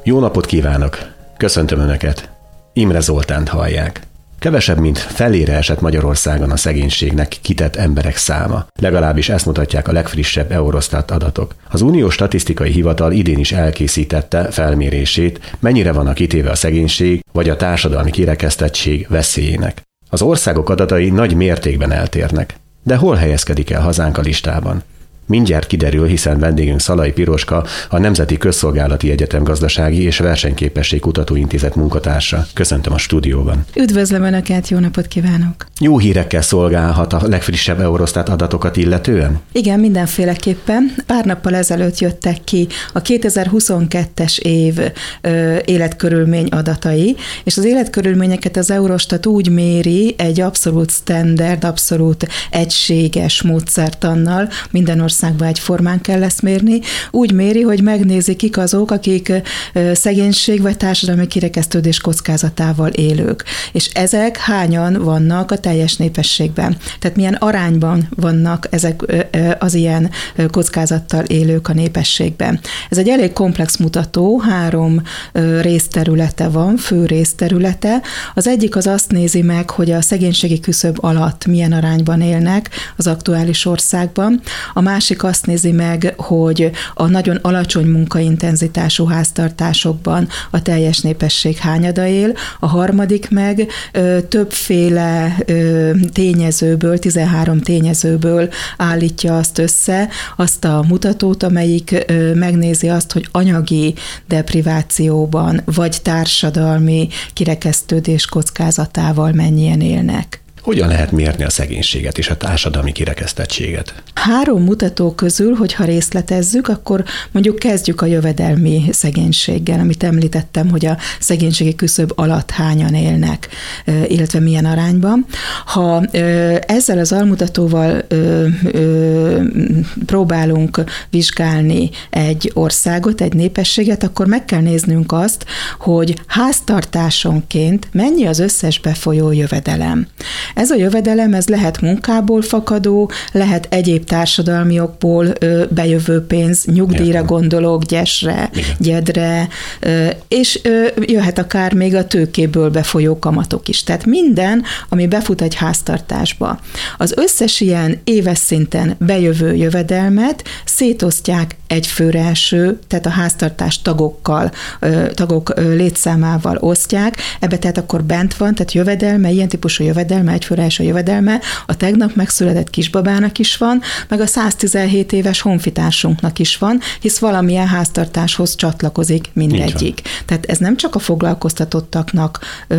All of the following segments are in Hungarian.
Jó napot kívánok! Köszöntöm Önöket! Imre Zoltánt hallják. Kevesebb, mint felére esett Magyarországon a szegénységnek kitett emberek száma. Legalábbis ezt mutatják a legfrissebb Eurostat adatok. Az Uniós Statisztikai Hivatal idén is elkészítette felmérését, mennyire vannak kitéve a szegénység vagy a társadalmi kirekesztettség veszélyének. Az országok adatai nagy mértékben eltérnek. De hol helyezkedik el hazánk a listában? Mindjárt kiderül, hiszen vendégünk Szalai Piroska, a Nemzeti Közszolgálati Egyetem Gazdasági és Versenyképesség Kutatóintézet munkatársa. Köszöntöm a stúdióban. Üdvözlöm Önöket, jó napot kívánok! Jó hírekkel szolgálhat a legfrissebb Eurostat adatokat illetően? Igen, mindenféleképpen. Pár nappal ezelőtt jöttek ki a 2022-es év életkörülmény adatai, és az életkörülményeket az Eurostat úgy méri egy abszolút standard, abszolút egységes módszertannal, minden országban egyformán kell ezt mérni. Úgy méri, hogy megnézi, kik azok, akik szegénység vagy társadalmi kirekesztődés kockázatával élők. És ezek hányan vannak a teljes népességben. Tehát milyen arányban vannak ezek az ilyen kockázattal élők a népességben. Ez egy elég komplex mutató, 3 részterülete van, fő részterülete. Az egyik az azt nézi meg, hogy a szegénységi küszöb alatt milyen arányban élnek az aktuális országban. A másik azt nézi meg, hogy a nagyon alacsony munkaintenzitású háztartásokban a teljes népesség hányada él. A harmadik meg többféle tényezőből, 13 tényezőből állítja azt össze, azt a mutatót, amelyik megnézi azt, hogy anyagi deprivációban vagy társadalmi kirekesztődés kockázatával mennyien élnek. Hogyan lehet mérni a szegénységet és a társadalmi kirekesztettséget? 3 mutató közül, hogyha részletezzük, akkor mondjuk kezdjük a jövedelmi szegénységgel, amit említettem, hogy a szegénységi küszöb alatt hányan élnek, illetve milyen arányban. Ha ezzel az almutatóval próbálunk vizsgálni egy országot, egy népességet, akkor meg kell néznünk azt, hogy háztartásonként mennyi az összes befolyó jövedelem. Ez a jövedelem, ez lehet munkából fakadó, lehet egyéb társadalmi okból bejövő pénz, nyugdíjra gondolok, gyesre, gyedre, és jöhet akár még a tőkéből befolyó kamatok is. Tehát minden, ami befut egy háztartásba. Az összes ilyen éves szinten bejövő jövedelmet szétosztják egy főre eső, tehát a háztartás tagok létszámával osztják, ebbe tehát akkor bent van, tehát jövedelme, ilyen típusú jövedelme, egy főre eső jövedelme, a tegnap megszületett kisbabának is van, meg a 117 éves honfitársunknak is van, hisz valamilyen háztartáshoz csatlakozik mindegyik. Tehát ez nem csak a foglalkoztatottaknak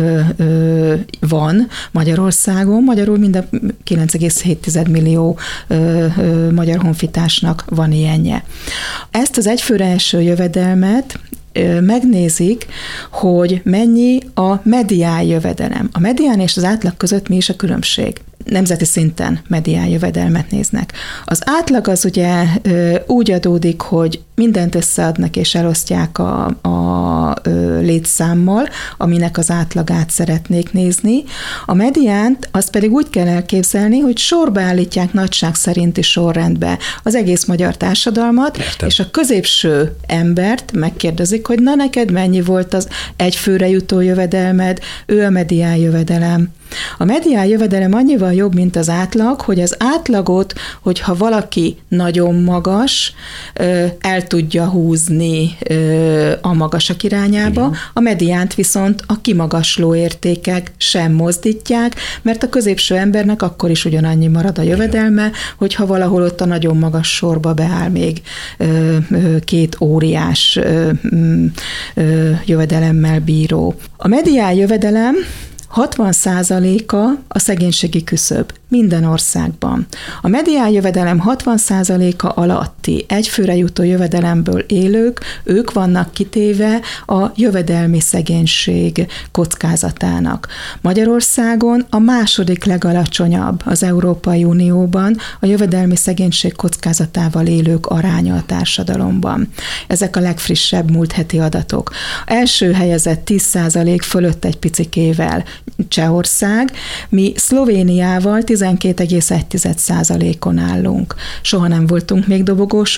van Magyarországon, magyarul mind a 9,7 millió magyar honfitársnak van ilyenje. Ezt az egyfőre eső jövedelmet megnézik, hogy mennyi a medián jövedelem. A medián és az átlag között mi is a különbség? Nemzeti szinten medián jövedelmet néznek. Az átlag az ugye úgy adódik, hogy mindent összeadnak és elosztják a létszámmal, aminek az átlagát szeretnék nézni. A mediánt azt pedig úgy kell elképzelni, hogy sorba állítják nagyság szerinti sorrendbe az egész magyar társadalmat, Értem. És a középső embert megkérdezik, hogy na neked mennyi volt az egy főre jutó jövedelmed, ő a medián jövedelem. A medián jövedelem annyival jobb, mint az átlag, hogy az átlagot, hogyha valaki nagyon magas, el tudja húzni a magasak irányába, igen. A mediánt viszont a kimagasló értékek sem mozdítják, mert a középső embernek akkor is ugyanannyi marad a jövedelme, hogyha valahol ott a nagyon magas sorba beáll még 2 óriás jövedelemmel bíró. A medián jövedelem 60%-a a szegénységi küszöb minden országban. A medián jövedelem 60%-a alatti egyfőre jutó jövedelemből élők, ők vannak kitéve a jövedelmi szegénység kockázatának. Magyarországon a második legalacsonyabb az Európai Unióban a jövedelmi szegénység kockázatával élők aránya a társadalomban. Ezek a legfrissebb múlt heti adatok. Első helyezett 10% fölött egy picikével Csehország, mi Szlovéniával 12,1%-on állunk. Soha nem voltunk még dobogósok,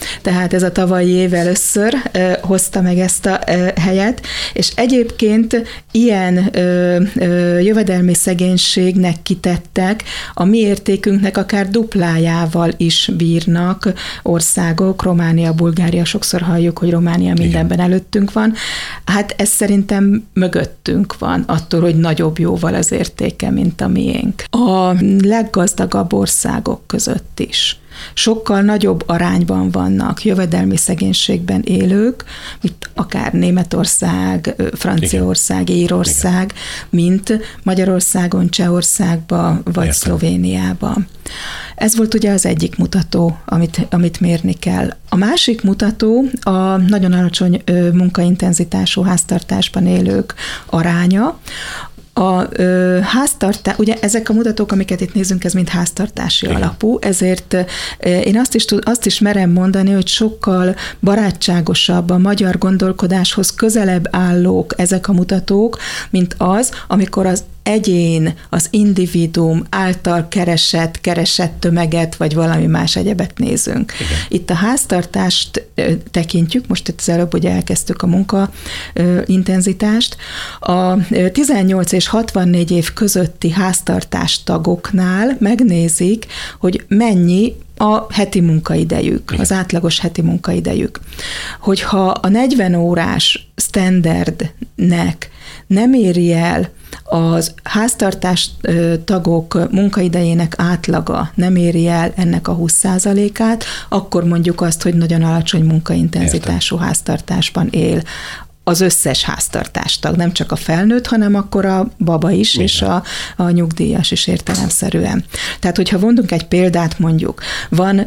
Tehát ez a tavalyi év először hozta meg ezt a helyet, és egyébként ilyen jövedelmi szegénységnek kitettek, a mi értékünknek akár duplájával is bírnak országok, Románia, Bulgária, sokszor halljuk, hogy Románia mindenben előttünk van. Hát ez szerintem mögöttünk van, attól, hogy nagyobb jóval az értéke, mint a miénk. A leggazdagabb országok között is sokkal nagyobb arányban vannak jövedelmi szegénységben élők, mint akár Németország, Franciaország, Írország, mint Magyarországon, Csehországban vagy Szlovéniában. Ez volt ugye az egyik mutató, amit mérni kell. A másik mutató a nagyon alacsony munkaintenzitású háztartásban élők aránya. A háztartás, ugye ezek a mutatók, amiket itt nézünk, ez mind háztartási alapú, ezért én azt is merem mondani, hogy sokkal barátságosabb, a magyar gondolkodáshoz közelebb állók ezek a mutatók, mint az, amikor az egyén, az individuum által keresett tömeget, vagy valami más egyebet nézünk. Igen. Itt a háztartást tekintjük, most itt az előbb ugye elkezdtük a munkaintenzitást. A 18 és 64 év közötti háztartás tagoknál megnézik, hogy mennyi a heti munkaidejük, igen, az átlagos heti munkaidejük. Hogyha a 40 órás standardnek nem éri el az háztartás tagok munkaidejének átlaga, nem éri el ennek a 20%-át, akkor mondjuk azt, hogy nagyon alacsony munkaintenzitású háztartásban él az összes háztartástag, nem csak a felnőtt, hanem akkor a baba is, igen, és a nyugdíjas is értelemszerűen. Tehát, hogyha mondunk egy példát, mondjuk, van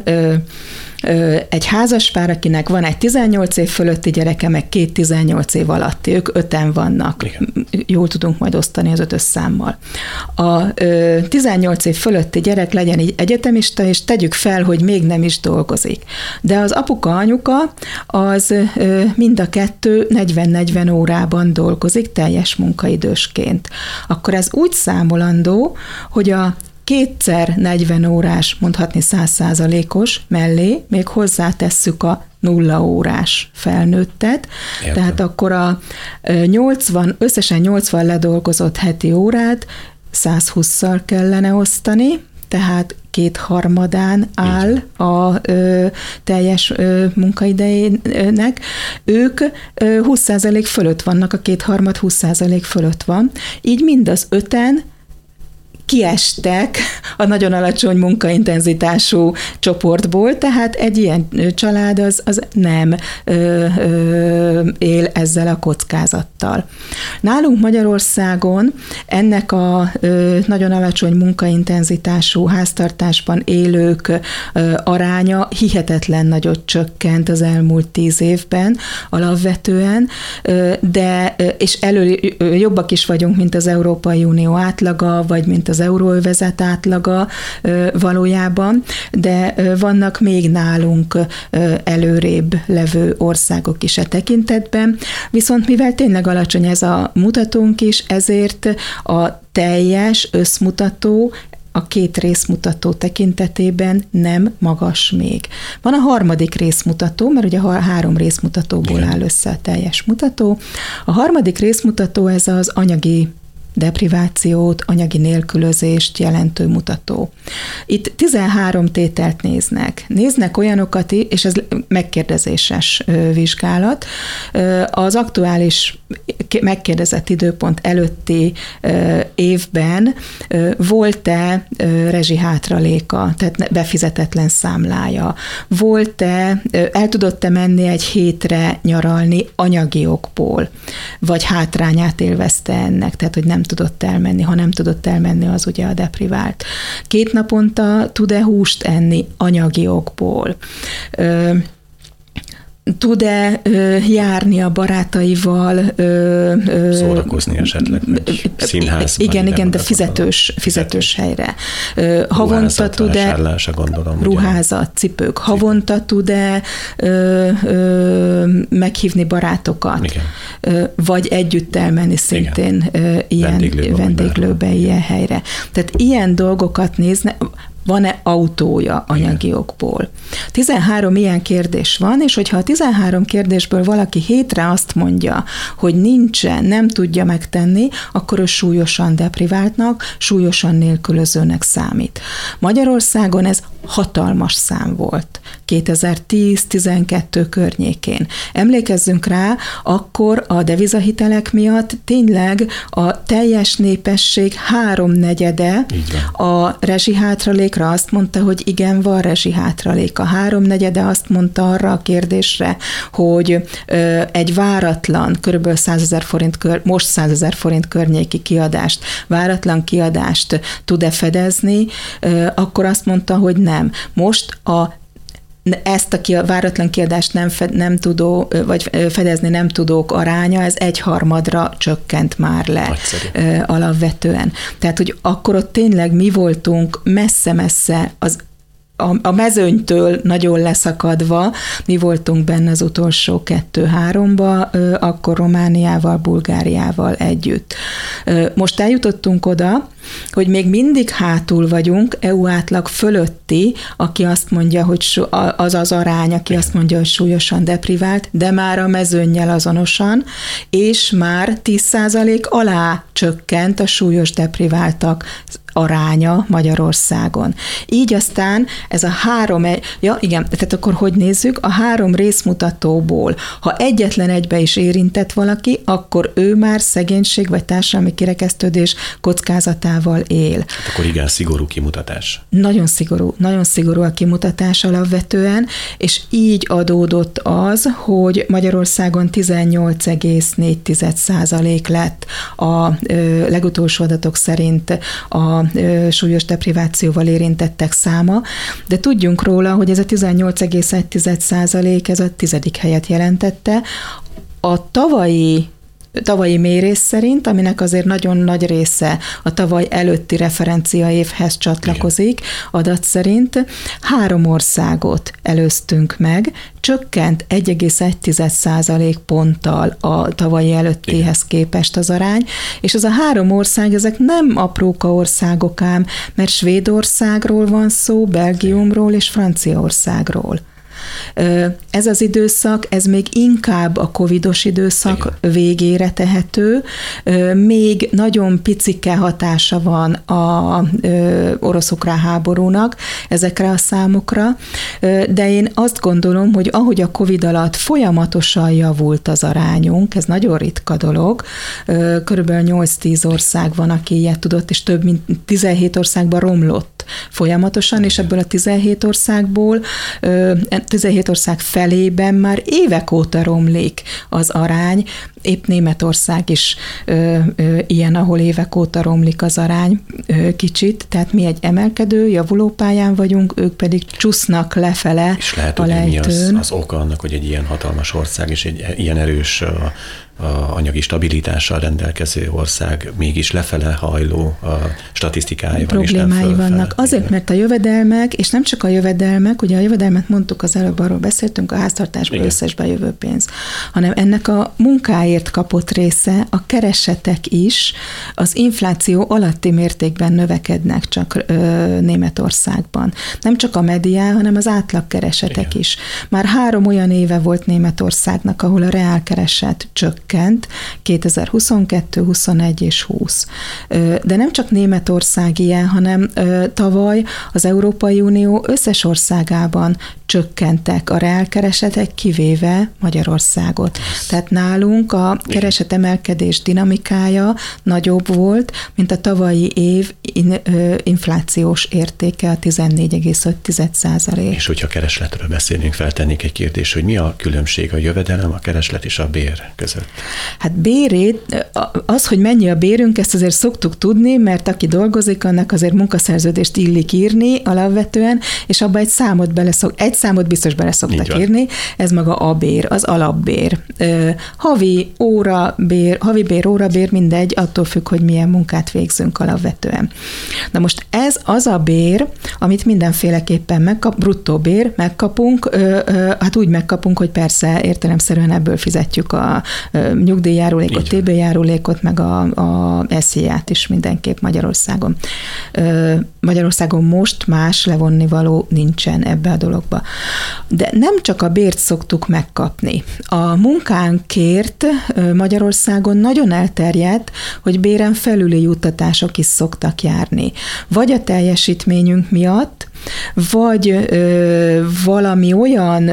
egy házaspár, akinek van egy 18 év fölötti gyereke, meg 2 18 év alatti, ők 5-en vannak. Igen. Jól tudunk majd osztani az 5-ös számmal. A 18 év fölötti gyerek legyen így egyetemista, és tegyük fel, hogy még nem is dolgozik. De az apuka-anyuka az mind a kettő 40-40 órában dolgozik teljes munkaidősként. Akkor ez úgy számolandó, hogy a 2x40 órás, mondhatni 100%-os mellé még hozzátesszük a 0 órás felnőttet, értem, tehát akkor a összesen 80 ledolgozott heti órát 120-szal kellene osztani, tehát 2/3 áll a teljes munkaidejének. Ők 20% fölött vannak, a 2/3 20% fölött van, így mind az 5-en kiestek a nagyon alacsony munkaintenzitású csoportból, tehát egy ilyen család az nem él ezzel a kockázattal. Nálunk Magyarországon ennek a nagyon alacsony munkaintenzitású háztartásban élők aránya hihetetlen nagyot csökkent az elmúlt 10 évben alapvetően, de és jobbak is vagyunk, mint az Európai Unió átlaga, vagy mint az euróövezet átlaga valójában, de vannak még nálunk előrébb levő országok is e tekintetben, viszont mivel tényleg alacsony ez a mutatónk is, ezért a teljes összmutató a 2 részmutató tekintetében nem magas még. Van a 3. részmutató, mert ugye 3 részmutatóból áll össze a teljes mutató. A 3. részmutató ez az anyagi deprivációt, anyagi nélkülözést jelentő mutató. Itt 13 tételt néznek. Néznek olyanokat, és ez megkérdezéses vizsgálat. Az aktuális megkérdezett időpont előtti évben volt-e rezsihátraléka, tehát befizetetlen számlája? Volt-e, el tudott-e menni egy hétre nyaralni anyagi okból? Vagy hátrányát élvezte ennek, tehát hogy nem tudott elmenni, ha nem tudott elmenni, az ugye a deprivált. 2 naponta tud-e húst enni anyagi okból? Tud-e járni a barátaival? Szórakozni esetleg, színházban. Igen, de fizetős helyre. Havonta tud-e ruházat, cipők. Havonta tud-e meghívni barátokat? Igen. Vagy együtt elmenni szintén ilyen vendéglőbe, ilyen helyre. Tehát ilyen dolgokat néznek. van-e autója anyagi okból. 13 ilyen kérdés van, és hogyha a 13 kérdésből valaki 7-re azt mondja, hogy nincsen, nem tudja megtenni, akkor ő súlyosan depriváltnak, súlyosan nélkülözőnek számít. Magyarországon ez hatalmas szám volt. 2010-12 környékén. Emlékezzünk rá, akkor a devizahitelek miatt tényleg a teljes népesség 3/4 a rezsihátralékra azt mondta, hogy igen, van rezsihátralék. A 3/4 azt mondta arra a kérdésre, hogy egy váratlan, körülbelül 100 000 forint, most 100 000 forint környéki kiadást, váratlan kiadást tud-e fedezni, akkor azt mondta, hogy nem. Most ezt a váratlan kiadást nem tudó, vagy fedezni nem tudók aránya, ez 1/3 csökkent már le. Nagyszerű. Alapvetően. Tehát, hogy akkor ott tényleg mi voltunk messze-messze a mezőnytől nagyon leszakadva, mi voltunk benne az utolsó 2-3-ba, akkor Romániával, Bulgáriával együtt. Most eljutottunk oda, hogy még mindig hátul vagyunk, EU átlag fölötti, aki azt mondja, hogy az arány, aki azt mondja, hogy súlyosan deprivált, de már a mezőnnyel azonosan, és már 10% alá csökkent a súlyos depriváltak aránya Magyarországon. Így aztán ez a 3, tehát akkor hogy nézzük? A 3 részmutatóból, ha egyetlen egybe is érintett valaki, akkor ő már szegénység vagy társadalmi kirekesztődés kockázatával él. Hát akkor igen, szigorú kimutatás. Nagyon szigorú a kimutatás alapvetően, és így adódott az, hogy Magyarországon 18,4% lett a legutolsó adatok szerint a súlyos deprivációval érintettek száma, de tudjunk róla, hogy ez a 18,1% ez a 10. helyet jelentette. A tavalyi mérés szerint, aminek azért nagyon nagy része a tavaly előtti referencia évhez csatlakozik, adat szerint 3 országot előztünk meg, csökkent 1,1% ponttal a tavalyi előttihez képest az arány, és az a 3 ország, ezek nem apróka országok ám, mert Svédországról van szó, Belgiumról és Franciaországról. Ez az időszak, ez még inkább a covidos időszak végére tehető, még nagyon picike hatása van a orosz-ukrán háborúnak ezekre a számokra, de én azt gondolom, hogy ahogy a Covid alatt folyamatosan javult az arányunk, ez nagyon ritka dolog, körülbelül 8-10 ország van, aki ilyet tudott, és több mint 17 országban romlott folyamatosan, és ebből a 17 ország felében már évek óta romlik az arány, épp Németország is ilyen, ahol évek óta romlik az arány kicsit, tehát mi egy emelkedő, javuló pályán vagyunk, ők pedig csúsznak lefele és lehet, a lejtőn. És mi az oka annak, hogy egy ilyen hatalmas ország és egy ilyen erős anyagi stabilitással rendelkező ország mégis lefele hajló a statisztikájában. Problémái vannak. Azért, mert a jövedelmek, és nem csak a jövedelmek, ugye a jövedelmet mondtuk az előbb, arról beszéltünk, a háztartásból összes bejövő pénz, hanem ennek a munkáért kapott része, a keresetek is az infláció alatti mértékben növekednek csak Németországban. Nem csak a medián, hanem az átlagkeresetek is. Már 3 olyan éve volt Németországnak, ahol a reálkereset csökkent, 2022, 21 és 20. De nem csak Németország ilyen, hanem tavaly az Európai Unió összes országában csökkentek a reálkeresetek, kivéve Magyarországot. Tehát nálunk a keresetemelkedés dinamikája nagyobb volt, mint a tavalyi év inflációs értéke, a 14,5%. És hogyha keresletről beszélnénk, feltennék egy kérdést, hogy mi a különbség a jövedelem, a kereslet és a bér között? Hát bérét, az, hogy mennyi a bérünk, ezt azért szoktuk tudni, mert aki dolgozik, annak azért munkaszerződést illik írni alapvetően, és abba egy számot biztos bele szoktak írni, ez maga a bér, az alapbér. Havi havi bér, órabér, mindegy, attól függ, hogy milyen munkát végzünk alapvetően. Na most ez az a bér, amit mindenféleképpen bruttó bér, megkapunk, hát úgy megkapunk, hogy persze értelemszerűen ebből fizetjük a nyugdíjjárulékot, TB-járulékot, meg a SZIA-t is mindenképp Magyarországon. Magyarországon most más levonnivaló nincsen ebbe a dologba. De nem csak a bért szoktuk megkapni. A munkánkért Magyarországon nagyon elterjedt, hogy béren felüli juttatások is szoktak járni. Vagy a teljesítményünk miatt, vagy valami olyan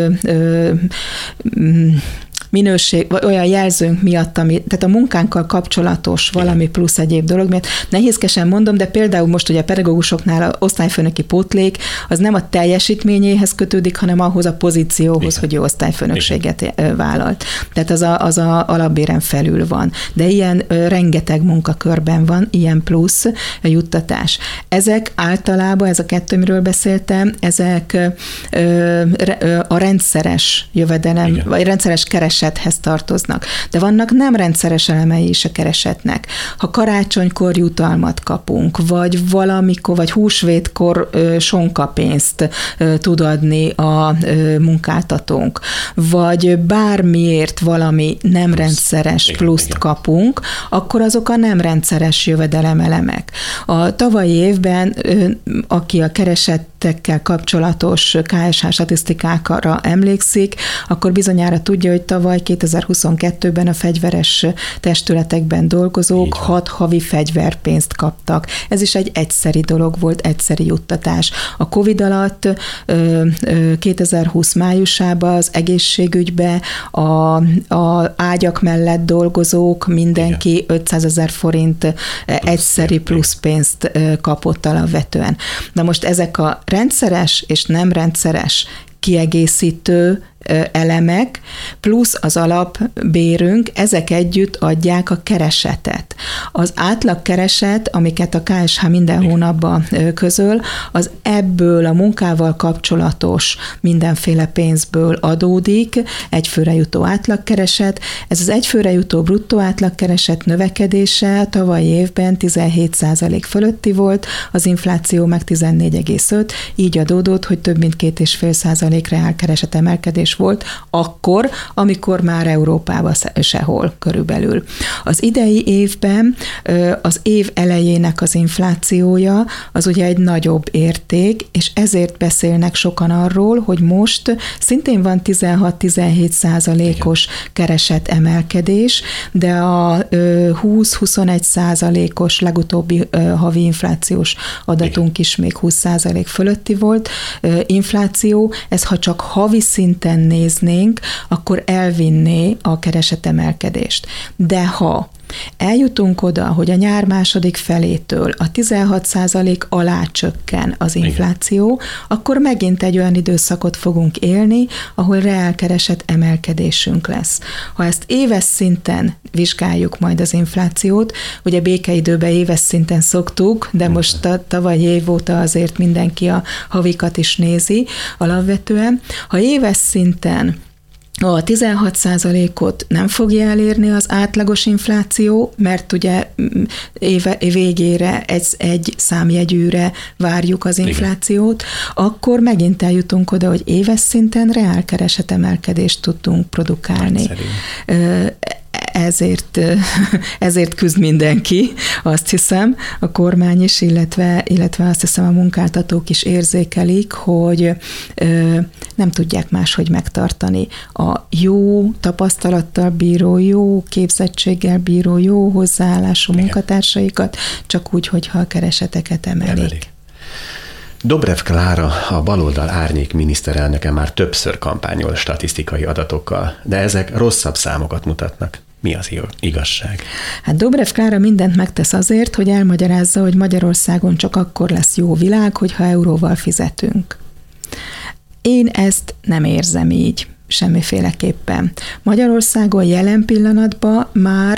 minőség, vagy olyan jelzőnk miatt, tehát a munkánkkal kapcsolatos valami plusz egyéb dolog miatt. Nehézkesen mondom, de például most ugye a pedagógusoknál az osztályfőnöki pótlék, az nem a teljesítményéhez kötődik, hanem ahhoz a pozícióhoz, hogy ő osztályfőnökséget vállalt. Tehát az a alapbéren felül van. De ilyen rengeteg munkakörben van, ilyen plusz juttatás. Ezek általában, ez a kettő, amiről beszéltem, ezek a rendszeres jövedelem, vagy rendszeres keresethez tartoznak. De vannak nem rendszeres elemei is a keresetnek. Ha karácsonykor jutalmat kapunk, vagy valamikor, vagy húsvétkor sonkapénzt tud adni a munkáltatónk, vagy bármiért valami nem rendszeres pluszt kapunk, akkor azok a nem rendszeres jövedelemelemek. A tavalyi évben, aki a keresettekkel kapcsolatos KSH statisztikákra emlékszik, akkor bizonyára tudja, hogy tavaly 2022-ben a fegyveres testületekben dolgozók 6 havi fegyverpénzt kaptak. Ez is egy egyszeri dolog volt, egyszeri juttatás. A Covid alatt 2020 májusában az egészségügybe a ágyak mellett dolgozók mindenki 500 000 forint egyszeri plusz pénzt kapott alapvetően. Na most ezek a rendszeres és nem rendszeres kiegészítő elemek, plusz az alapbérünk, ezek együtt adják a keresetet. Az átlagkereset, amiket a KSH minden hónapban közöl, az ebből a munkával kapcsolatos mindenféle pénzből adódik, egyfőre jutó átlagkereset. Ez az egyfőre jutó bruttó átlagkereset növekedése a tavalyi évben 17% fölötti volt, az infláció meg 14,5, így adódott, hogy több mint 2,5% reálkereset emelkedés volt akkor, amikor már Európában sehol körülbelül. Az idei évben az év elejének az inflációja az ugye egy nagyobb érték, és ezért beszélnek sokan arról, hogy most szintén van 16-17%-os keresett emelkedés, de a 20-21%-os legutóbbi havi inflációs adatunk is még 20% fölötti volt infláció. Ez ha csak havi szinten néznénk, akkor elvinné a keresetemelkedést. De ha eljutunk oda, hogy a nyár második felétől a 16% alá csökken az infláció, akkor megint egy olyan időszakot fogunk élni, ahol reálkereset emelkedésünk lesz. Ha ezt éves szinten vizsgáljuk majd az inflációt, ugye békeidőben éves szinten szoktuk, de most a tavalyi év óta azért mindenki a havikat is nézi alapvetően. Ha éves szinten a 16%-ot nem fogja elérni az átlagos infláció, mert ugye végére egy számjegyűre várjuk az inflációt, akkor megint eljutunk oda, hogy éves szinten reálkeresetemelkedést tudtunk produkálni. Ezért küzd mindenki, azt hiszem, a kormány is, illetve azt hiszem a munkáltatók is érzékelik, hogy nem tudják máshogy megtartani a jó tapasztalattal bíró, jó képzettséggel bíró, jó hozzáállású munkatársaikat, csak úgy, hogyha a kereseteket emelik. Dobrev Klára, a baloldal árnyék miniszterelnöke már többször kampányol statisztikai adatokkal, de ezek rosszabb számokat mutatnak. Mi az igazság? Hát Dobrev Klára mindent megtesz azért, hogy elmagyarázza, hogy Magyarországon csak akkor lesz jó világ, hogyha euróval fizetünk. Én ezt nem érzem így, semmiféleképpen. Magyarországon jelen pillanatban már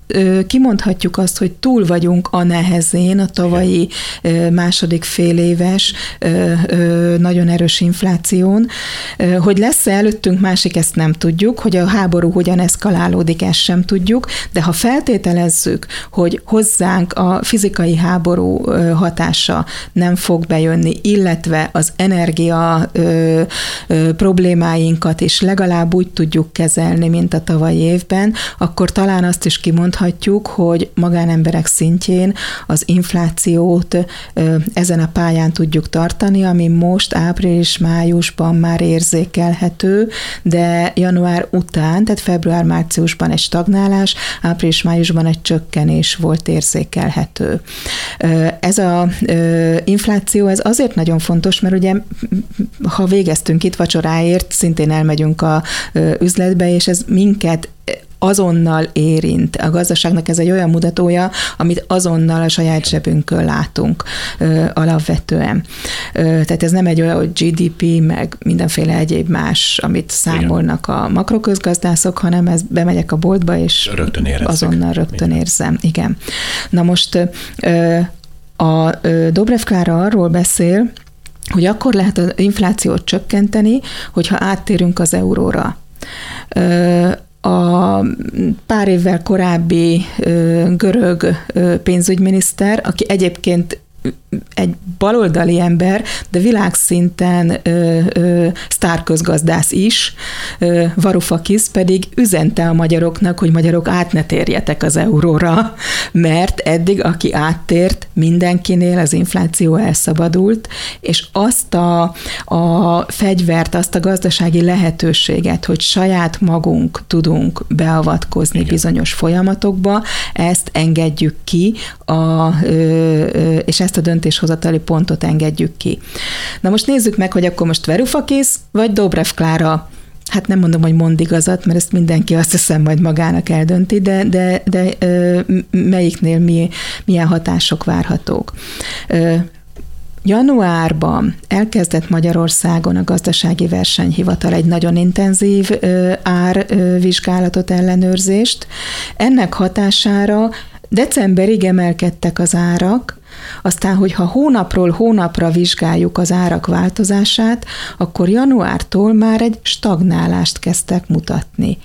kimondhatjuk azt, hogy túl vagyunk a nehezén, a tavalyi második féléves nagyon erős infláción. Hogy lesz-e előttünk másik, ezt nem tudjuk, hogy a háború hogyan eszkalálódik, ezt sem tudjuk, de ha feltételezzük, hogy hozzánk a fizikai háború hatása nem fog bejönni, illetve az energia problémáinkat is legalább úgy tudjuk kezelni, mint a tavalyi évben, akkor talán azt is kimondhatjuk, hogy magánemberek szintjén az inflációt ezen a pályán tudjuk tartani, ami most április-májusban már érzékelhető, de január után, tehát február-márciusban egy stagnálás, április-májusban egy csökkenés volt érzékelhető. Ez az infláció, ez azért nagyon fontos, mert ugye ha végeztünk itt vacsoráért, szintén elmegyünk a üzletbe, és ez minket azonnal érint. A gazdaságnak ez egy olyan mutatója, amit azonnal a saját zsebünkön látunk alapvetően. Tehát ez nem egy olyan, hogy GDP, meg mindenféle egyéb más, amit számolnak a makroközgazdászok, hanem ez bemegyek a boltba, és azonnal rögtön érzem. Igen. Na most a Dobrev Klára arról beszél, hogy akkor lehet az inflációt csökkenteni, hogyha áttérünk az euróra. A pár évvel korábbi görög pénzügyminiszter, aki egyébként egy baloldali ember, de világszinten sztárközgazdász is, Varoufakis pedig üzente a magyaroknak, hogy magyarok át ne térjetek az euróra, mert eddig, aki áttért, mindenkinél az infláció elszabadult, és azt a fegyvert, azt a gazdasági lehetőséget, hogy saját magunk tudunk beavatkozni bizonyos folyamatokba, ezt engedjük ki, és ezt a döntéshozatali pontot engedjük ki. Na most nézzük meg, hogy akkor most Varoufakis vagy Dobrev Klára, hát nem mondom, hogy mond igazat, mert ezt mindenki azt hiszem majd magának eldönti, de melyiknél milyen hatások várhatók. Januárban elkezdett Magyarországon a Gazdasági Versenyhivatal egy nagyon intenzív árvizsgálatot, ellenőrzést. Ennek hatására decemberig emelkedtek az árak, aztán, hogyha hónapról hónapra vizsgáljuk az árak változását, akkor januártól már egy stagnálást kezdtek mutatni.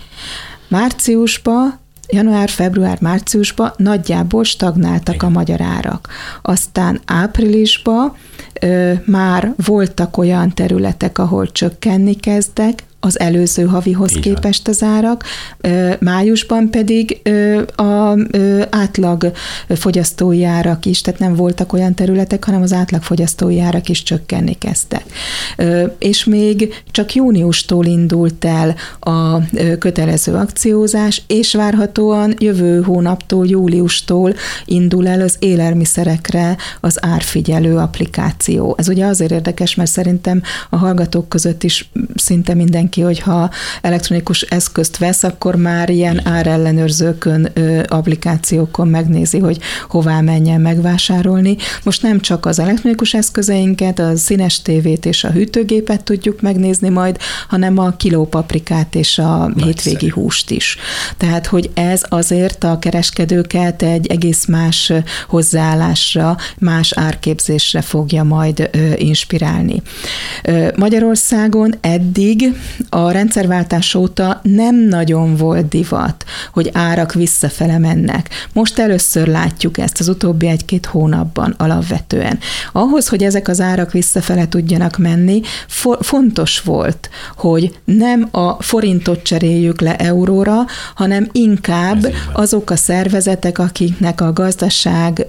Január-február-márciusban nagyjából stagnáltak a magyar árak. Aztán áprilisban már voltak olyan területek, ahol csökkenni kezdtek, az előző havihoz képest az árak, májusban pedig az átlag fogyasztói árak is, tehát nem voltak olyan területek, hanem az átlag fogyasztói árak is csökkenni kezdtek. És még csak júniustól indult el a kötelező akciózás, és várhatóan jövő hónaptól, júliustól indul el az élelmiszerekre az árfigyelő applikáció. Ez ugye azért érdekes, mert szerintem a hallgatók között is szinte mindenki, hogyha elektronikus eszközt vesz, akkor már ilyen árellenőrzőkön, applikációkon megnézi, hogy hová menjen megvásárolni. Most nem csak az elektronikus eszközeinket, a színes tévét és a hűtőgépet tudjuk megnézni majd, hanem a kilópaprikát és a hétvégi húst is. Tehát, hogy ez azért a kereskedőket egy egész más hozzáállásra, más árképzésre fogja majd inspirálni. Magyarországon eddig a rendszerváltás óta nem nagyon volt divat, hogy árak visszafele mennek. Most először látjuk ezt az utóbbi 1-2 hónapban alapvetően. Ahhoz, hogy ezek az árak visszafele tudjanak menni, fontos volt, hogy nem a forintot cseréljük le euróra, hanem inkább azok a szervezetek, akiknek a gazdaság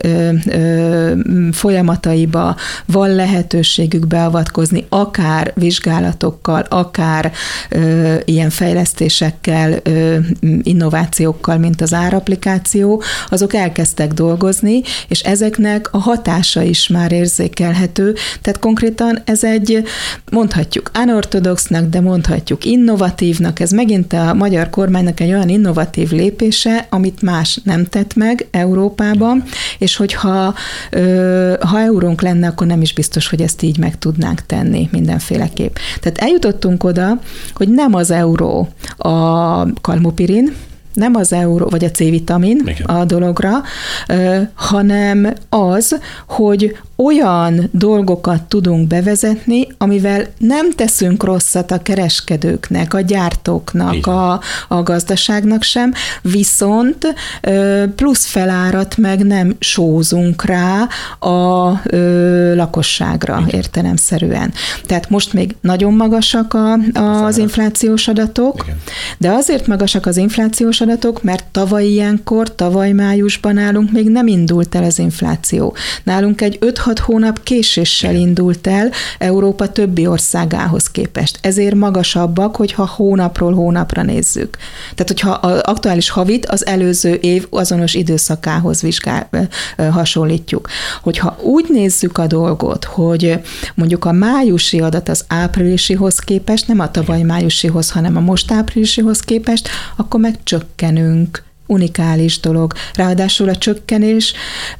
folyamataiba van lehetőségük beavatkozni, akár vizsgálatokkal, akár ilyen fejlesztésekkel, innovációkkal, mint az árapplikáció, azok elkezdtek dolgozni, és ezeknek a hatása is már érzékelhető. Tehát konkrétan ez egy, mondhatjuk unorthodoxnak, de mondhatjuk innovatívnak, ez megint a magyar kormánynak egy olyan innovatív lépése, amit más nem tett meg Európában, és hogyha eurónk lenne, akkor nem is biztos, hogy ezt így meg tudnánk tenni mindenféleképp. Tehát eljutottunk oda, hogy nem az euró a kalmopirin, nem az euró, vagy a C-vitamin a dologra, hanem az, hogy olyan dolgokat tudunk bevezetni, amivel nem teszünk rosszat a kereskedőknek, a gyártóknak, a gazdaságnak sem, viszont plusz felárat meg nem sózunk rá a lakosságra értelemszerűen. Tehát most még nagyon magasak az inflációs adatok, de azért magasak az inflációs adatok, mert tavaly májusban nálunk még nem indult el az infláció. Nálunk egy 5-6 hónap késéssel indult el Európa többi országához képest. Ezért magasabbak, hogyha hónapról hónapra nézzük. Tehát, hogyha az aktuális havit az előző év azonos időszakához hasonlítjuk. Hogyha úgy nézzük a dolgot, hogy mondjuk a májusi adat az áprilisihoz képest, nem a tavaly májusihoz, hanem a most áprilisihoz képest, akkor meg csökkenünk. Unikális dolog. Ráadásul a csökkenés,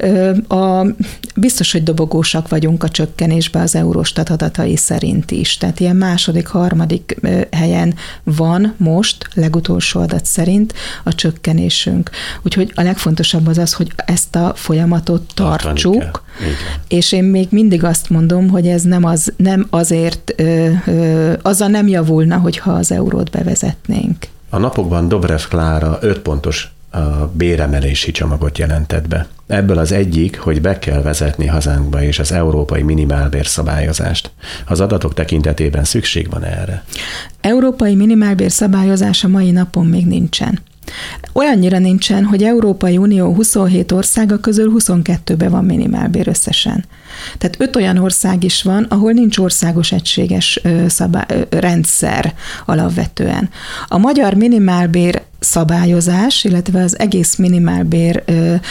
biztos, hogy dobogósak vagyunk a csökkenésbe az Eurostat adatai szerint is. Tehát ilyen második, harmadik helyen van most, legutolsó adat szerint a csökkenésünk. Úgyhogy a legfontosabb az, hogy ezt a folyamatot tartsuk, és én még mindig azt mondom, hogy ez nem azért, azzal nem javulna, hogyha az eurót bevezetnénk. A napokban Dobrev Klára 5 pontos béremelési csomagot jelentett be. Ebből az egyik, hogy be kell vezetni hazánkba is az európai minimálbér szabályozást. Az adatok tekintetében szükség van erre? Európai minimálbér szabályozása mai napon még nincsen. Olyannyira nincsen, hogy Európai Unió 27 országa közül 22-ben van minimálbér összesen. Tehát 5 olyan ország is van, ahol nincs országos egységes rendszer alapvetően. A magyar minimálbér szabályozás, illetve az egész minimálbér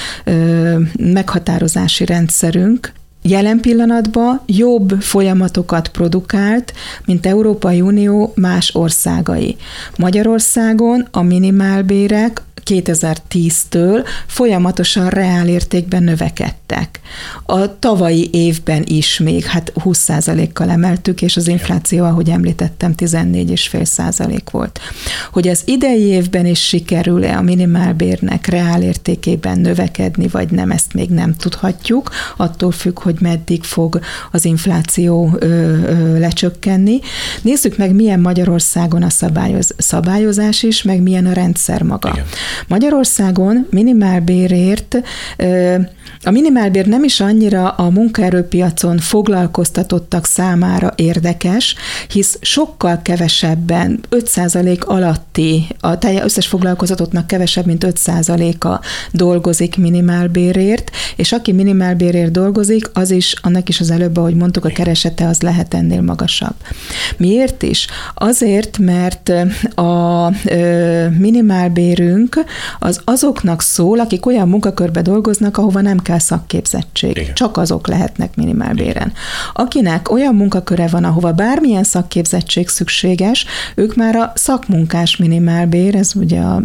meghatározási rendszerünk jelen pillanatban jobb folyamatokat produkált, mint Európai Unió más országai. Magyarországon a minimálbérek 2010-től folyamatosan reálértékben növekedtek. A tavalyi évben is még 20%-kal emeltük, és az infláció, ahogy említettem, 14,5% volt. Hogy az idei évben is sikerül-e a minimálbérnek reálértékében növekedni, vagy nem, ezt még nem tudhatjuk, attól függ, hogy meddig fog az infláció lecsökkenni. Nézzük meg, milyen Magyarországon a szabályozás is, meg milyen a rendszer maga. Igen. Magyarországon minimálbérért, a minimálbér nem is annyira a munkaerőpiacon foglalkoztatottak számára érdekes, hisz sokkal kevesebben, 5% alatti, a összes foglalkoztatottnak kevesebb, mint 5%-a dolgozik minimálbérért, és aki minimálbérért dolgozik, annak is az előbb, ahogy mondtuk, a keresete az lehet ennél magasabb. Miért is? Azért, mert a minimálbérünk az azoknak szól, akik olyan munkakörbe dolgoznak, ahova nem kell szakképzettség. Igen. Csak azok lehetnek minimálbéren. Akinek olyan munkaköre van, ahova bármilyen szakképzettség szükséges, ők már a szakmunkás minimálbér, ez ugye a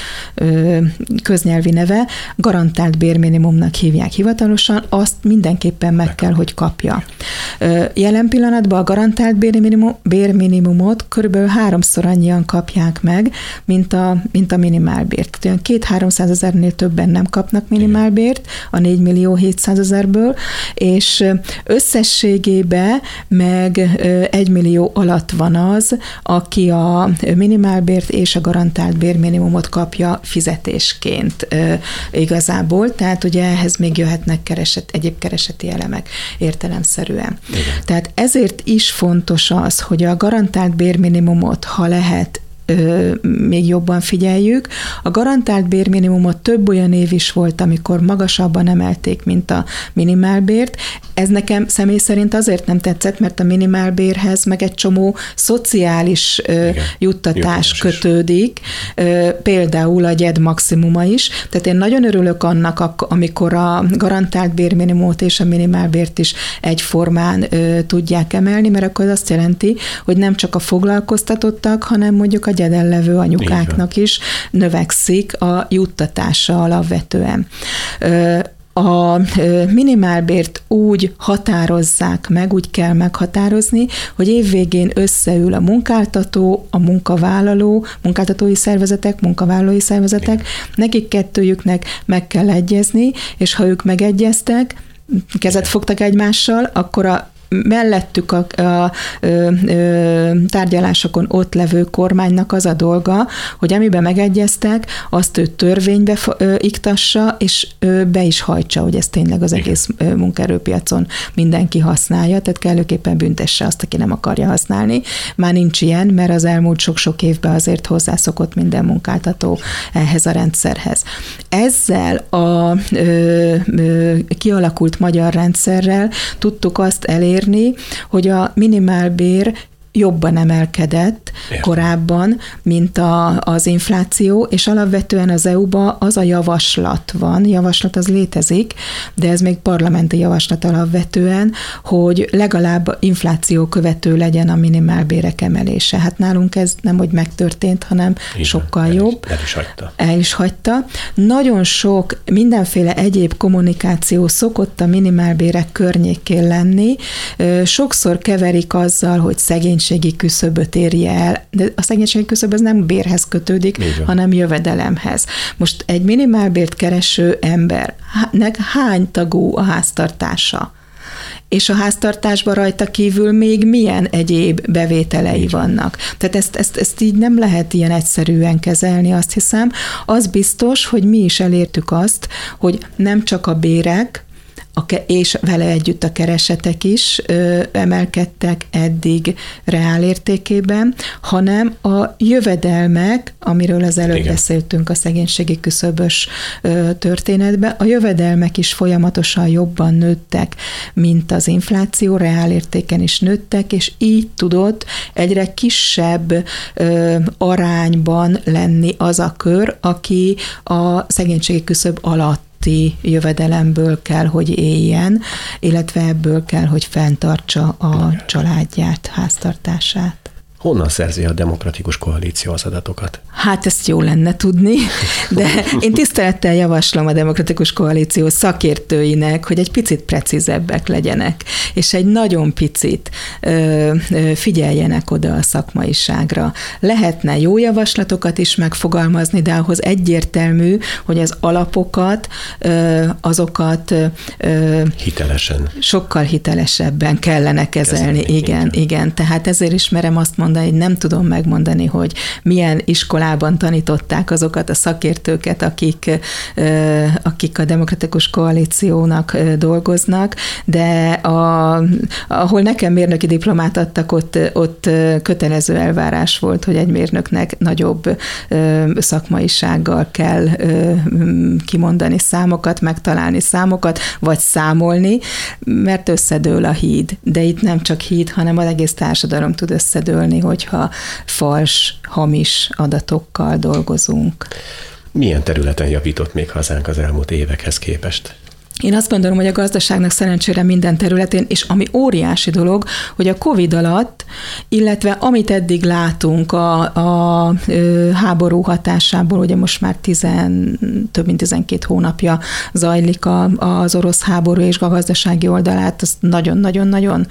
köznyelvi neve, garantált bérminimumnak hívják hivatalosan, azt mindenképpen meg kell, hogy kapja. Jelen pillanatban a garantált bérminimumot körülbelül 3-szor annyian kapják meg, mint a minimálbért. Tehát olyan 200-300 ezernél többen nem kapnak minimálbért a 4.700.000-ből, és összességében meg 1 millió alatt van az, aki a minimálbért és a garantált bérminimumot kapja fizetésként igazából, tehát ugye ehhez még jöhetnek egyéb kereseti elemek értelemszerűen. Igen. Tehát ezért is fontos az, hogy a garantált bérminimumot, ha lehet, még jobban figyeljük. A garantált bérminimumot több olyan év is volt, amikor magasabban emelték, mint a minimálbért. Ez nekem személy szerint azért nem tetszett, mert a minimálbérhez meg egy csomó szociális juttatás kötődik, például a GYED maximuma is. Tehát én nagyon örülök annak, amikor a garantált bérminimumot és a minimálbért is egyformán tudják emelni, mert akkor azt jelenti, hogy nem csak a foglalkoztatottak, hanem mondjuk a gyeden levő anyukáknak is növekszik a juttatása alapvetően. A minimálbért úgy határozzák meg, úgy kell meghatározni, hogy évvégén összeül a munkáltató, a munkavállaló, munkáltatói szervezetek, munkavállalói szervezetek, nekik kettőjüknek meg kell egyezni, és ha ők megegyeztek, kezet fogtak egymással, akkor a mellettük a tárgyalásokon ott levő kormánynak az a dolga, hogy amiben megegyeztek, azt ő törvénybe iktassa, és be is hajtsa, hogy ez tényleg az egész munkaerőpiacon mindenki használja, tehát kellőképpen büntesse azt, aki nem akarja használni. Már nincs ilyen, mert az elmúlt sok-sok évben azért hozzászokott minden munkáltató ehhez a rendszerhez. Ezzel a kialakult magyar rendszerrel tudtuk azt elérni, hogy a minimálbér jobban emelkedett korábban, mint az infláció, és alapvetően az EU-ban az a javaslat van, javaslat az létezik, de ez még parlamenti javaslat alapvetően, hogy legalább infláció követő legyen a minimálbérek emelése. Hát nálunk ez nem, hogy megtörtént, hanem sokkal jobb. El is hagyta. Nagyon sok mindenféle egyéb kommunikáció szokott a minimálbérek környékén lenni. Sokszor keverik azzal, hogy szegénységi küszöböt érje el, de a szegénységi küszöb az nem bérhez kötődik, hanem jövedelemhez. Most egy minimálbért kereső embernek hány tagú a háztartása? És a háztartásban rajta kívül még milyen egyéb bevételei vannak. Tehát ezt így nem lehet ilyen egyszerűen kezelni, azt hiszem. Az biztos, hogy mi is elértük azt, hogy nem csak a bérek, és vele együtt a keresetek is emelkedtek eddig reálértékében, hanem a jövedelmek, amiről az előbb beszéltünk a szegénységi küszöbös történetben, a jövedelmek is folyamatosan jobban nőttek, mint az infláció, reálértéken is nőttek, és így tudott egyre kisebb arányban lenni az a kör, aki a szegénységi küszöb alatt jövedelemből kell, hogy éljen, illetve ebből kell, hogy fenntartsa a családját, háztartását. Honnan szerzi a Demokratikus Koalíció az adatokat? Hát ezt jó lenne tudni, de én tisztelettel javaslom a Demokratikus Koalíció szakértőinek, hogy egy picit precízebbek legyenek, és egy nagyon picit figyeljenek oda a szakmaiságra. Lehetne jó javaslatokat is megfogalmazni, de ahhoz egyértelmű, hogy az alapokat, azokat hitelesen. Sokkal hitelesebben kellene kezelni. Igen. Tehát ezért is merem azt mondani, hogy nem tudom megmondani, hogy milyen iskolában tanították azokat a szakértőket, akik a Demokratikus Koalíciónak dolgoznak, de ahol nekem mérnöki diplomát adtak, ott kötelező elvárás volt, hogy egy mérnöknek nagyobb szakmaisággal kell kimondani számokat, megtalálni számokat, vagy számolni, mert összedől a híd. De itt nem csak híd, hanem az egész társadalom tud összedőlni, hogyha fals, hamis adatokkal dolgozunk. Milyen területen javított még hazánk az elmúlt évekhez képest? Én azt gondolom, hogy a gazdaságnak szerencsére minden területén, és ami óriási dolog, hogy a Covid alatt, illetve amit eddig látunk a háború hatásából, ugye most már több mint 12 hónapja zajlik az orosz háború, és a gazdasági oldalát, az nagyon-nagyon-nagyon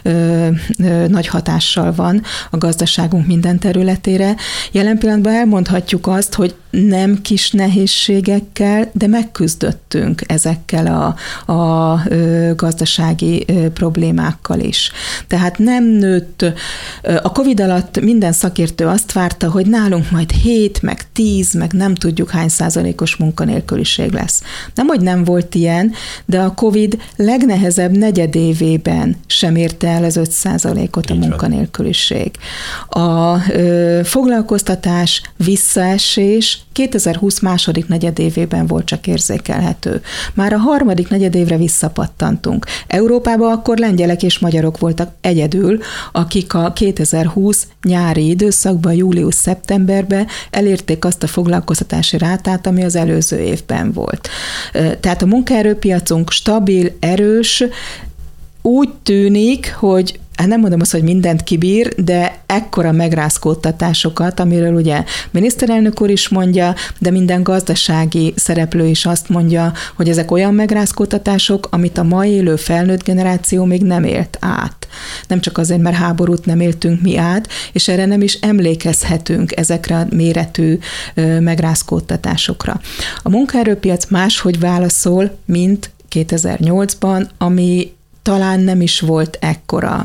nagy hatással van a gazdaságunk minden területére. Jelen pillanatban elmondhatjuk azt, hogy nem kis nehézségekkel, de megküzdöttünk ezekkel a gazdasági problémákkal is. Tehát nem nőtt. A Covid alatt minden szakértő azt várta, hogy nálunk majd 7, meg 10, meg nem tudjuk hány százalékos munkanélküliség lesz. Nem, hogy nem volt ilyen, de a Covid legnehezebb negyedévében sem érte el az 5%-ot a munkanélküliség. A foglalkoztatás visszaesés 2020 második negyedévében volt csak érzékelhető. Már a harmadik negyedévre visszapattantunk. Európában akkor lengyelek és magyarok voltak egyedül, akik a 2020 nyári időszakban, július-szeptemberben elérték azt a foglalkoztatási rátát, ami az előző évben volt. Tehát a munkaerőpiacunk stabil, erős, úgy tűnik, hogy hát nem mondom azt, hogy mindent kibír, de ekkora megrázkódtatásokat, amiről ugye miniszterelnök úr is mondja, de minden gazdasági szereplő is azt mondja, hogy ezek olyan megrázkódtatások, amit a ma élő felnőtt generáció még nem élt át. Nem csak azért, mert háborút nem éltünk mi át, és erre nem is emlékezhetünk ezekre a méretű megrázkódtatásokra. A munkaerőpiac máshogy válaszol, mint 2008-ban, ami talán nem is volt ekkora,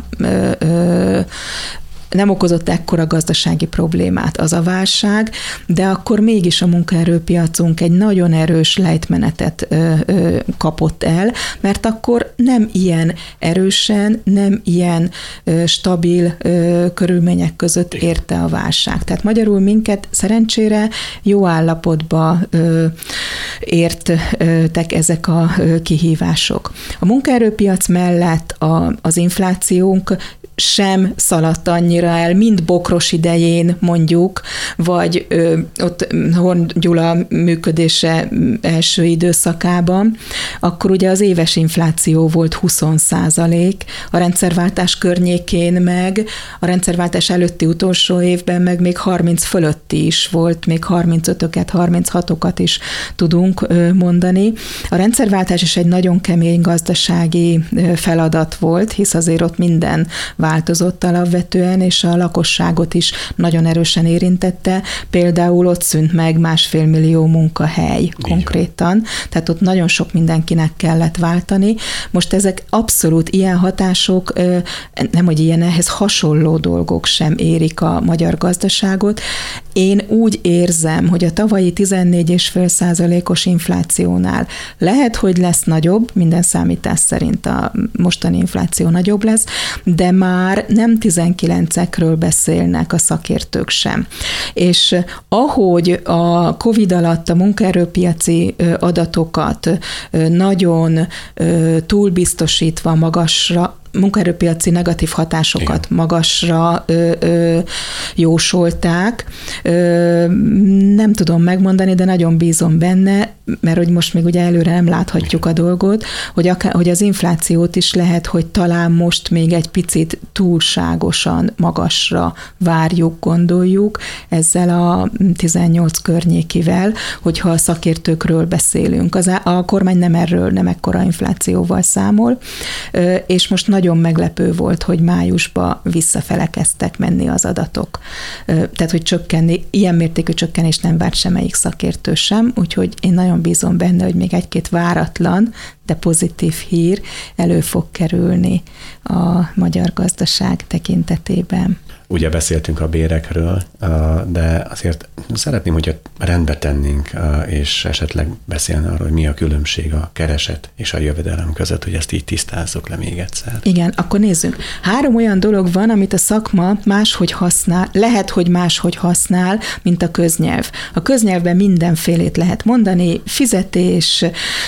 nem okozott ekkora gazdasági problémát az a válság, de akkor mégis a munkaerőpiacunk egy nagyon erős lejtmenetet kapott el, mert akkor nem ilyen erősen, nem ilyen stabil körülmények között érte a válság. Tehát magyarul minket szerencsére jó állapotba értek ezek a kihívások. A munkaerőpiac mellett az inflációnk sem szaladt annyira el, mint Bokros idején mondjuk, vagy ott Horn Gyula működése első időszakában, akkor ugye az éves infláció volt 20%, a rendszerváltás környékén meg, a rendszerváltás előtti utolsó évben meg még 30 fölötti is volt, még 35-öket, 36-okat is tudunk mondani. A rendszerváltás is egy nagyon kemény gazdasági feladat volt, hisz azért ott minden változott alapvetően, és a lakosságot is nagyon erősen érintette. Például ott szűnt meg 1,5 millió munkahely konkrétan, tehát ott nagyon sok mindenkinek kellett váltani. Most ezek abszolút ilyen hatások, nem hogy ilyen, ehhez hasonló dolgok sem érik a magyar gazdaságot. Én úgy érzem, hogy a tavalyi 14,5%-os inflációnál lehet, hogy lesz nagyobb, minden számítás szerint a mostani infláció nagyobb lesz, de már nem 19-ekről beszélnek a szakértők sem. És ahogy a COVID alatt a munkaerőpiaci adatokat nagyon túlbiztosítva magasra, munkaerőpiaci negatív hatásokat magasra jósolták. Nem tudom megmondani, de nagyon bízom benne, mert hogy most még ugye előre nem láthatjuk a dolgot, hogy az inflációt is lehet, hogy talán most még egy picit túlságosan magasra várjuk, gondoljuk ezzel a 18 környékivel, hogyha a szakértőkről beszélünk. A kormány nem erről, nem ekkora inflációval számol, és most nagyon meglepő volt, hogy májusban visszafele kezdtek menni az adatok. Tehát, hogy csökkenni, ilyen mértékű csökkenést nem várt semmelyik szakértő sem, úgyhogy én nagyon bízom benne, hogy még egy-két váratlan, de pozitív hír elő fog kerülni a magyar gazdaság tekintetében. Ugye beszéltünk a bérekről, de azért szeretném, hogyha rendbe tennénk, és esetleg beszélne arról, hogy mi a különbség a kereset és a jövedelem között, hogy ezt így tisztázzuk le még egyszer. Igen, akkor nézzünk. 3 olyan dolog van, amit a szakma máshogy használ, lehet, hogy máshogy használ, mint a köznyelv. A köznyelvben mindenfélét lehet mondani, fizetés,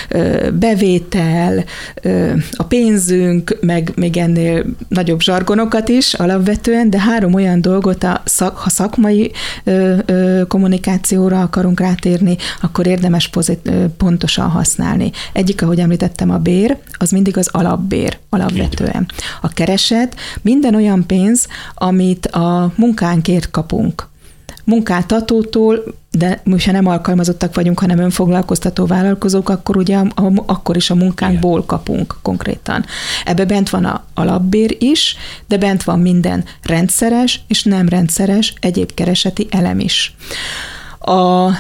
bevétel, a pénzünk, meg még ennél nagyobb zsargonokat is alapvetően, de 3 olyan dolgot, ha szakmai kommunikációra akarunk rátérni, akkor érdemes pontosan használni. Egyik, ahogy említettem, a bér, az mindig az alapbér alapvetően. A kereset minden olyan pénz, amit a munkánkért kapunk. Munkáltatótól, de ha nem alkalmazottak vagyunk, hanem önfoglalkoztató vállalkozók, akkor ugye akkor is a munkánkból kapunk konkrétan. Ebbe bent van az alapbér is, de bent van minden rendszeres és nem rendszeres egyéb kereseti elem is. A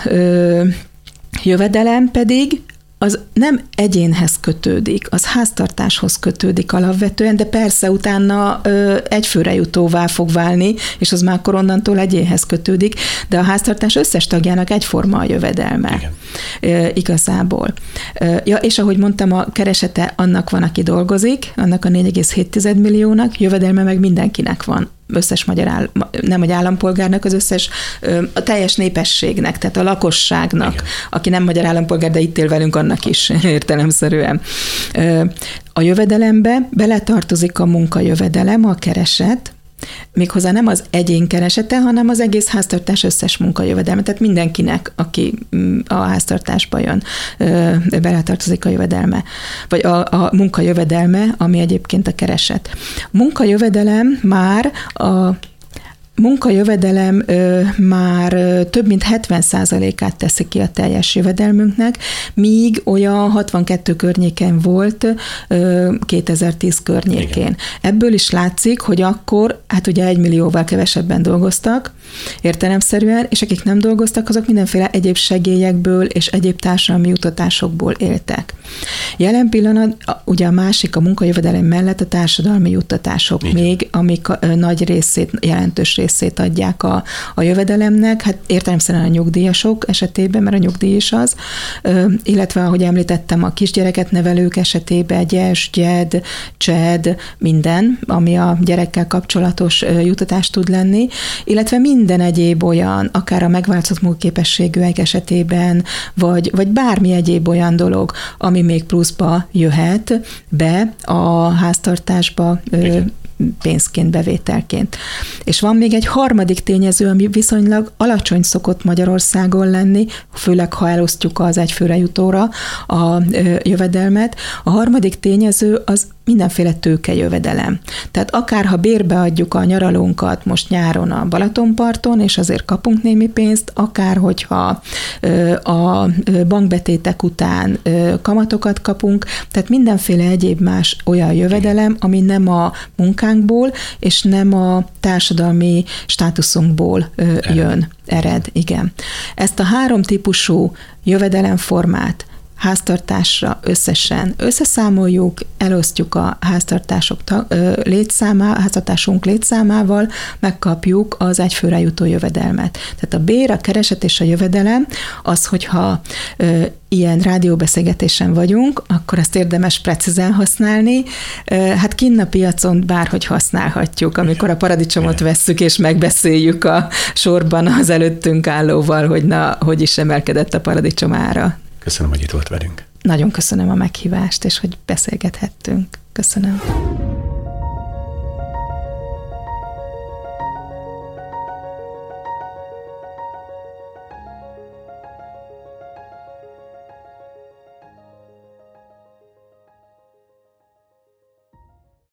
jövedelem pedig az nem egyénhez kötődik, az háztartáshoz kötődik alapvetően, de persze utána egyfőre jutóvá fog válni, és az már akkor onnantól egyénhez kötődik, de a háztartás összes tagjának egyforma a jövedelme. Igazából. Ja, és ahogy mondtam, a keresete annak van, aki dolgozik, annak a 4,7 milliónak, jövedelme meg mindenkinek van. Összes magyar nem egy állampolgárnak, az összes, a teljes népességnek, tehát a lakosságnak, igen, aki nem magyar állampolgár, de itt él velünk, annak is értelemszerűen. A jövedelembe beletartozik a munkajövedelem, a kereset, Méghozzá nem az egyén keresete, hanem az egész háztartás összes munkajövedelme. Tehát mindenkinek, aki a háztartásba jön, beletartozik a jövedelme, vagy a munkajövedelme, ami egyébként a kereset. Munkajövedelem már több mint 70%-át teszi ki a teljes jövedelmünknek, míg olyan 62 környéken volt 2010 környékén. Igen. Ebből is látszik, hogy akkor, hát ugye 1 millióval kevesebben dolgoztak, értelemszerűen, és akik nem dolgoztak, azok mindenféle egyéb segélyekből és egyéb társadalmi juttatásokból éltek. Jelen pillanat, ugye a másik a munkajövedelem mellett a társadalmi juttatások igen. még, amik nagy részét, jelentős részét adják a jövedelemnek, hát értelemszerűen a nyugdíjasok esetében, mert a nyugdíj is az, illetve, ahogy említettem, a kisgyereket nevelők esetében gyes, gyed, csed, minden, ami a gyerekkel kapcsolatos juttatás tud lenni, illetve minden egyéb olyan, akár a megváltozott munkaképességűek esetében, vagy bármi egyéb olyan dolog, ami még pluszba jöhet be a háztartásba pénzként, bevételként. És van még egy harmadik tényező, ami viszonylag alacsony szokott Magyarországon lenni, főleg ha elosztjuk az egyfőre jutóra a jövedelmet. A harmadik tényező az mindenféle tőkejövedelem. Tehát akár ha bérbe adjuk a nyaralónkat most nyáron a Balatonparton, és azért kapunk némi pénzt, akár hogyha a bankbetétek után kamatokat kapunk, tehát mindenféle egyéb más olyan jövedelem, ami nem a munkánkból, és nem a társadalmi státuszunkból ered. Igen. Ezt a 3 típusú jövedelemformát háztartásra összesen összeszámoljuk, elosztjuk a háztartásunk létszámával, megkapjuk az egyfőre jutó jövedelmet. Tehát a bér, a kereset és a jövedelem az, hogyha ilyen rádióbeszélgetésen vagyunk, akkor ezt érdemes precízen használni. Hát kinn a piacon bárhogy használhatjuk, amikor a paradicsomot vesszük és megbeszéljük a sorban az előttünk állóval, hogy hogy is emelkedett a paradicsom ára. Köszönöm, hogy itt volt velünk. Nagyon köszönöm a meghívást, és hogy beszélgethettünk. Köszönöm.